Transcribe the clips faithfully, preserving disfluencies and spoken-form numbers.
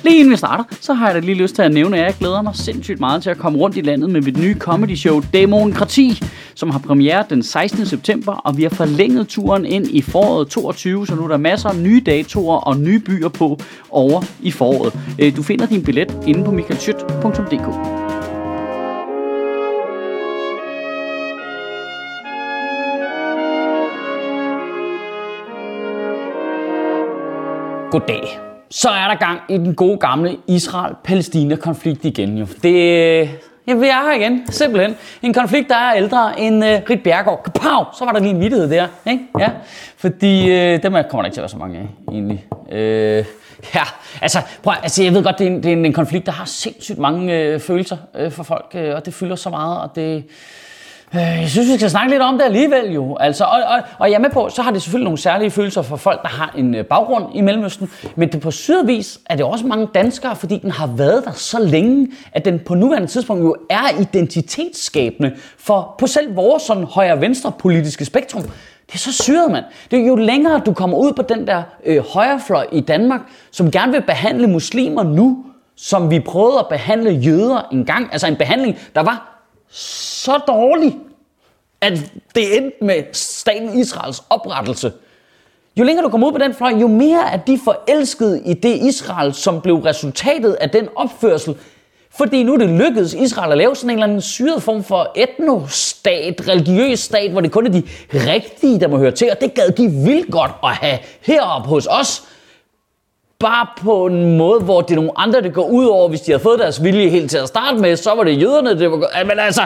Lige inden vi starter, så har jeg da lige lyst til at nævne, at jeg glæder mig sindssygt meget til at komme rundt i landet med mit nye comedy show Dæmokrati, som har premiere den sekstende september, og vi har forlænget turen ind i foråret toogtyve, så nu er der masser af nye datoer og nye byer på over i foråret. Du finder din billet inde på michael schødt punktum d k. Goddag. Så er der gang i den gode gamle Israel-Palæstina-konflikt igen. Jo. Det, ja, vi er her igen, simpelthen. En konflikt, der er ældre end uh, Ritt Bjerregaard. Kapow! Så var der lige en vittighed der, ikke? Ja. Fordi uh, dem kommer der ikke til at være så mange af, egentlig. Uh, ja, altså, prøv, altså, jeg ved godt, det er en, det er en, en konflikt, der har sindssygt mange uh, følelser uh, for folk, uh, og det fylder så meget, og det... Jeg synes, vi skal snakke lidt om det alligevel jo. Altså, og, og, og jeg er med på, så har det selvfølgelig nogle særlige følelser for folk, der har en baggrund i Mellemøsten. Men det på sydvis er det også mange danskere, fordi den har været der så længe, at den på nuværende tidspunkt jo er identitetsskabende for på selv vores sådan højre-venstre politiske spektrum. Det er så syret, mand. Det er jo længere, du kommer ud på den der øh, højrefløj i Danmark, som gerne vil behandle muslimer nu, som vi prøvede at behandle jøder engang. Altså en behandling, der var så dårlig, at det endte med staten Israels oprettelse. Jo længere du kommer ud på den fløj, jo mere er de forelskede i det Israel, som blev resultatet af den opførsel. Fordi nu er det lykkedes Israel at lave sådan en eller anden syret form for etnostat, religiøs stat, hvor det kun er de rigtige, der må høre til. Og det gad de vildt godt at have heroppe hos os. Bare på en måde, hvor det er nogle andre, der går ud over, hvis de havde fået deres vilje helt til at starte med, så var det jøderne, det var... Men altså...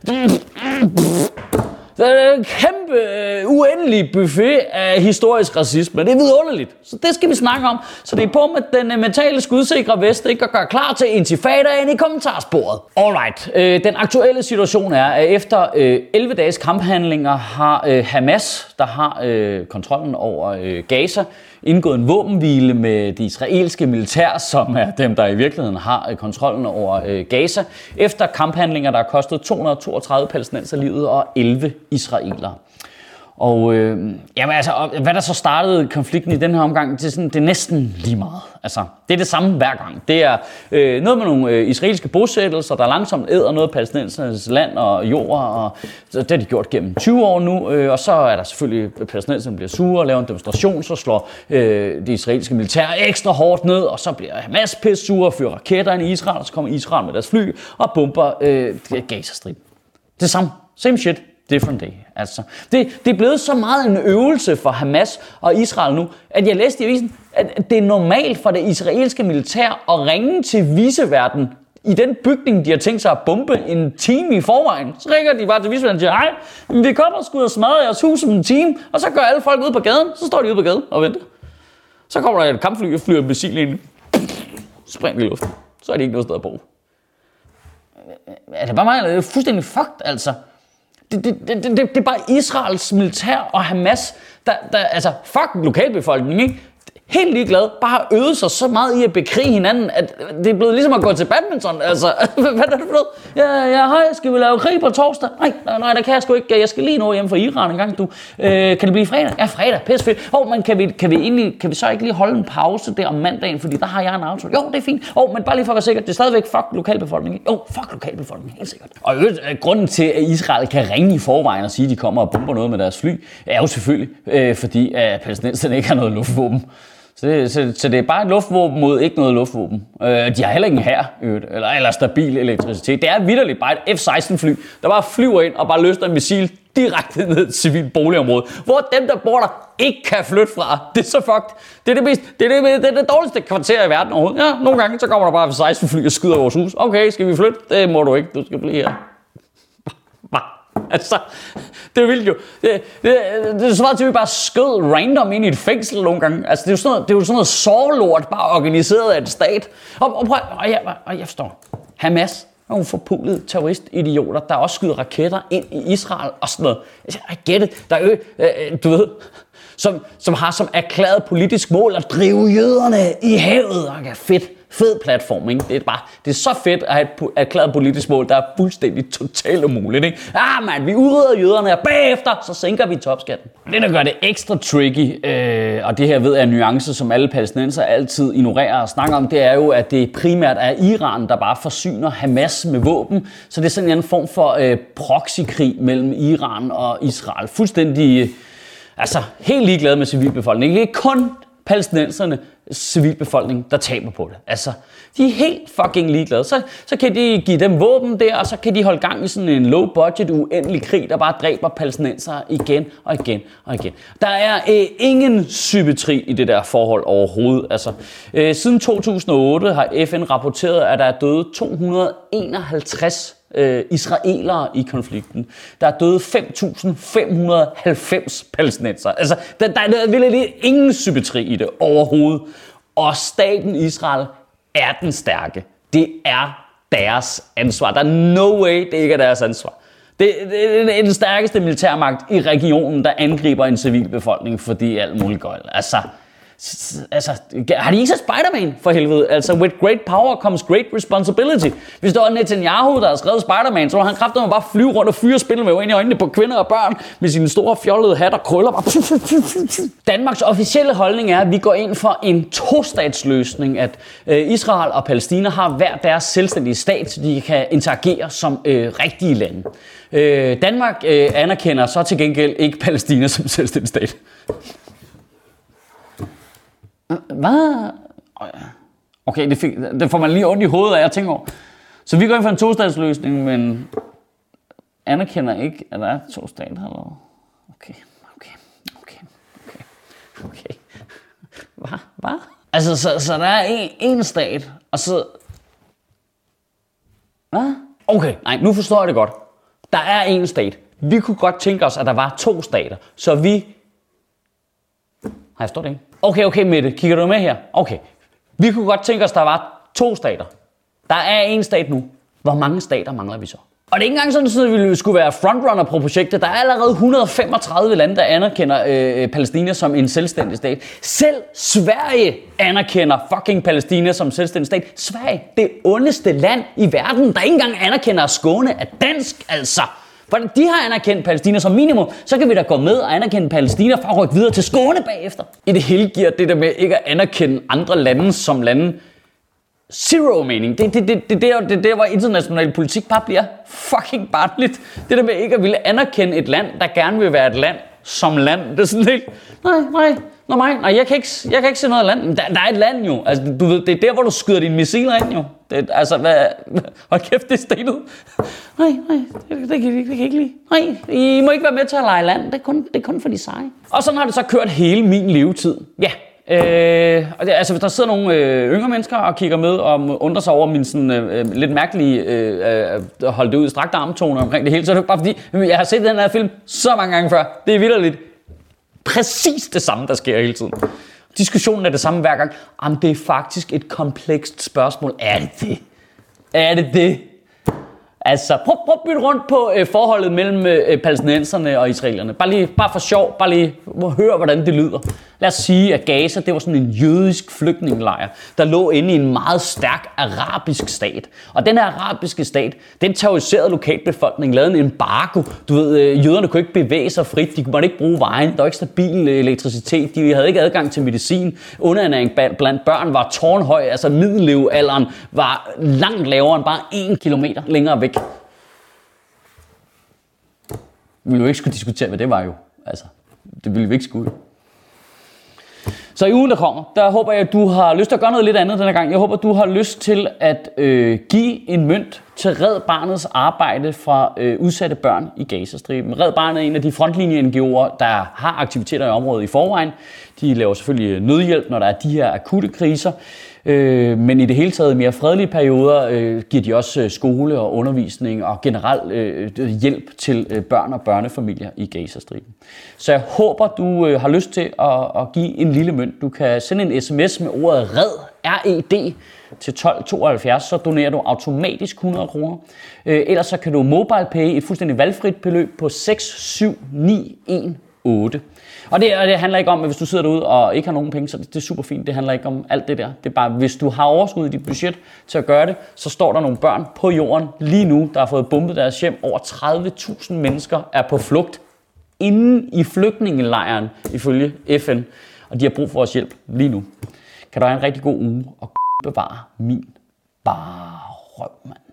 Det er en kæmpe, uendelig buffet af historisk racisme. Det er vidunderligt. Så det skal vi snakke om. Så det er på med den mentale skudsikre vest, ikke? Og gøre klar til intifadaen i kommentarsporet. Alright. Øh, den aktuelle situation er, at efter øh, elleve dages kamphandlinger har øh, Hamas, der har øh, kontrollen over øh, Gaza, indgået en våbenhvile med det israelske militær, som er dem, der i virkeligheden har øh, kontrollen over øh, Gaza, efter kamphandlinger, der har kostet to hundrede og toogtredive palæstinenser livet og elleve israelere. Og øh, jamen altså, hvad der så startede konflikten i den her omgang, det er, sådan, det er næsten lige meget. Altså, det er det samme hver gang. Det er øh, noget med nogle øh, israelske bosættelser, der langsomt æder noget af palæstinensernes land og jord, og det har de gjort gennem tyve år nu. Øh, og så er der selvfølgelig, palæstinenserne bliver sure og laver en demonstration, så slår øh, det israelske militær ekstra hårdt ned, og så bliver Hamas pisse sure og fyrer raketter ind i Israel, og så kommer Israel med deres fly og bomber øh, Gaza-striben. Det samme. Same shit. Different day. Altså, det, det er blevet så meget en øvelse for Hamas og Israel nu, at jeg læste i avisen, at det er normalt for det israelske militær at ringe til viceverden i den bygning, de har tænkt sig at bombe en time i forvejen. Så ringer de bare til viceverden og siger, hej, vi kommer og skal ud og smadre jeres hus om en time, og så går alle folk ud på gaden, så står de ude på gaden og venter. Så kommer der et kampfly og flyver en missil ind, springer i luften. Så er det ikke noget sted at bo. Er det bare mig, eller er det fuldstændig fucked, altså? Det, det, det, det, det er bare Israels militær og Hamas, der, der altså fuck lokalbefolkningen, ikke? Helt ligeglad, bare har øvet sig så meget i at bekrige hinanden, at det er blevet ligesom at gå til badminton, altså, hvad er det for noget? Ja, ja, hej, skal vi lave krig på torsdag? Nej, nej, nej, der kan jeg sgu ikke, jeg skal lige nå hjem fra Iran en gang, du. Øh, kan det blive fredag? Ja, fredag, pisse fedt. Åh, oh, men kan vi, kan vi egentlig, kan vi så ikke lige holde en pause der om mandagen, fordi der har jeg en aftale? Jo, det er fint. Åh, oh, men bare lige for at være sikker, det er stadigvæk fuck lokalbefolkningen. Jo, oh, fuck lokalbefolkningen, helt sikkert. Og øvrigt, grunden til, at Israel kan ringe i forvejen og sige, at de kommer og bomber noget med deres fly, er jo selvfølgelig, øh, fordi at palæstinenserne ikke har noget luftvåben. Så det, så, så det er bare et luftvåben mod ikke noget luftvåben. Øh, de har heller ikke en hær, eller, eller stabil elektricitet. Det er vitterligt bare et F seksten fly, der bare flyver ind og bare løsner en missil direkte ned i et civilt boligområde, hvor dem, der bor der, ikke kan flytte fra. Det er så fucked. Det er det, mest, det, er det, det, er det dårligste kvarter i verden overhovedet. Ja, nogle gange så kommer der bare F seksten fly og skyder vores hus. Okay, skal vi flytte? Det må du ikke. Du skal blive her. Bare. Altså, det er vildt jo. Det, det, det, det er så meget til, at vi bare skød random ind i et fængsel nogle gange. Altså, det er jo sådan noget, det er jo sådan noget sårlort, bare organiseret af en stat. Og, og, prøv, og, jeg, og jeg forstår. Hamas er nogle forpulede terroristidioter, der også skyder raketter ind i Israel og sådan noget. I get it. Der er jo, øh, du ved, som, som har som erklæret politisk mål at drive jøderne i havet. Okay, fedt. fed platform, ikke? Det er bare, det er så fedt at have et erklæret politisk mål, der er fuldstændig totalt umuligt, ikke? Ah, man, vi udrydder jøderne, og bagefter, så sænker vi topskatten. Det, der gør det ekstra tricky, øh, og det her ved jeg er en nuance, som alle palæstinenser altid ignorerer og snakker om, det er jo, at det primært er Iran, der bare forsyner Hamas med våben, så det er sådan en form for øh, proxykrig mellem Iran og Israel. Fuldstændig, øh, altså helt ligeglade med civilbefolkningen. Ikke kun palæstinenserne, civilbefolkning, der taber på det. Altså, de er helt fucking ligeglade. Så, så kan de give dem våben der, og så kan de holde gang i sådan en low budget, uendelig krig, der bare dræber palæstinensere igen og igen og igen. Der er øh, ingen symmetri i det der forhold overhovedet. Altså, øh, siden to tusind og otte har F N rapporteret, at der er døde to hundrede og enoghalvtreds Øh, israelere i konflikten. Der er døde fem tusind fem hundrede og halvfems palæstinenser. Altså, der, der, der er virkelig ingen symmetri i det overhovedet. Og staten Israel er den stærke. Det er deres ansvar. Der er no way, det ikke er deres ansvar. Det, det, det er den stærkeste militærmagt i regionen, der angriber en civilbefolkning, fordi alt muligt gøjl. Altså, Altså, har de ikke set Spider-Man for helvede? Altså, with great power comes great responsibility. Hvis det var Netanyahu, der havde skrevet Spider-Man, så var han kraftigt med bare flyve rundt og fyre spindelvæv ind i øjnene på kvinder og børn med sine store fjollede hat og krøller. Bare. Danmarks officielle holdning er, at vi går ind for en tostatsløsning, at øh, Israel og Palæstina har hver deres selvstændige stat, så de kan interagere som øh, rigtige lande. Øh, Danmark øh, anerkender så til gengæld ikke Palæstina som selvstændig stat. Hvad? Okay, det, fik, det får man lige ondt i hovedet af at tænke over. Så vi går ind for en tostatsløsning, men anerkender ikke, at der er to stater, eller okay, okay, okay, okay, okay. Hvad? Hvad? Altså, så, så der er en, en stat, og så... Hvad? Okay, nej, nu forstår jeg det godt. Der er en stat. Vi kunne godt tænke os, at der var to stater, så vi... Har jeg stået det ikke? Okay, okay, Mette, kigger du med her? Okay. Vi kunne godt tænke os, at der var to stater. Der er en stat nu. Hvor mange stater mangler vi så? Og det er ikke engang sådan, at vi skulle være frontrunner på projektet. Der er allerede et hundrede og femogtredive lande, der anerkender øh, Palæstina som en selvstændig stat. Selv Sverige anerkender fucking Palæstina som selvstændig stat. Sverige, det ondeste land i verden, der ikke engang anerkender at Skåne er dansk, altså. For de har anerkendt Palæstina som minimum, så kan vi da gå med og anerkende Palæstina for at rykke videre til Skåne bagefter. I det hele giver det der med ikke at anerkende andre lande som lande zero mening. Det er det, det, det, det, det, det, hvor international politik bare bliver fucking barnligt. Det der med ikke at ville anerkende et land, der gerne vil være et land som land. Det er sådan helt, nej, nej, nej, nej, nej jeg, kan ikke, jeg kan ikke se noget land. Der, der er et land jo. Altså, du ved, det er der, hvor du skyder dine missiler ind jo. Det, altså, hvad, hold kæft, det er stenet. Nej, nej, det, det, det, det kan jeg ikke lide. Nej, I må ikke være med til at lege land. Det er kun, det er kun for de seje. Og sådan har det så kørt hele min levetid. Ja. Øh, altså hvis der sidder nogle øh, yngre mennesker og kigger med og undrer sig over min sådan, øh, lidt mærkelige øh, øh, holde det ud i strakte armtoner omkring det hele, så er det bare fordi, jeg har set den her film så mange gange før. Det er vitterligt præcis det samme, der sker hele tiden. Diskussionen er det samme hver gang. Jamen, det er faktisk et komplekst spørgsmål. Er det det? Er det det? Altså, prøv, prøv at bytte rundt på øh, forholdet mellem øh, palæstinenserne og israelerne. Bare lige, bare for sjov, bare lige hør, hvordan det lyder. Lad os sige, at Gaza, det var sådan en jødisk flygtningelejr, der lå inde i en meget stærk arabisk stat. Og den her arabiske stat, den terroriserede lokalbefolkningen, lavede en embargo. Du ved, øh, jøderne kunne ikke bevæge sig frit, de kunne ikke bruge vejen, der var ikke stabil elektricitet, de havde ikke adgang til medicin. Underernæring blandt børn var tårnhøj, altså middellevealderen var langt lavere end bare en kilometer længere væk. Vi ville jo ikke skulle diskutere, hvad det var jo. Altså, det ville vi ikke skulle. Så i ugen, der kommer, der håber jeg, at du har lyst til at gøre noget lidt andet denne gang. Jeg håber, du har lyst til at øh, give en mønt til Red Barnets arbejde fra øh, udsatte børn i Gazastriben. Red Barnet er en af de frontlinje-N G O'er, der har aktiviteter i området i forvejen. De laver selvfølgelig nødhjælp, når der er de her akutte kriser. Øh, men i det hele taget i mere fredelige perioder øh, giver de også øh, skole og undervisning og generelt øh, hjælp til øh, børn og børnefamilier i Gazastriben. Så jeg håber, du øh, har lyst til at, at give en lille mønt. Du kan sende en sms med ordet RED, R E D, til tolv tooghalvfjerds, så donerer du automatisk hundrede kroner. Øh, ellers så kan du MobilePay et fuldstændig valgfrit beløb på seks syv ni en otte. Og det, og det handler ikke om, at hvis du sidder derude og ikke har nogen penge, så det, det er super fint. Det handler ikke om alt det der. Det er bare, hvis du har overskud i dit budget til at gøre det, så står der nogle børn på jorden lige nu, der har fået bombet deres hjem. Over tredive tusind mennesker er på flugt inde i flygtningelejren, ifølge F N. Og de har brug for vores hjælp lige nu. Kan du have en rigtig god uge og bevare min bare røv, mand.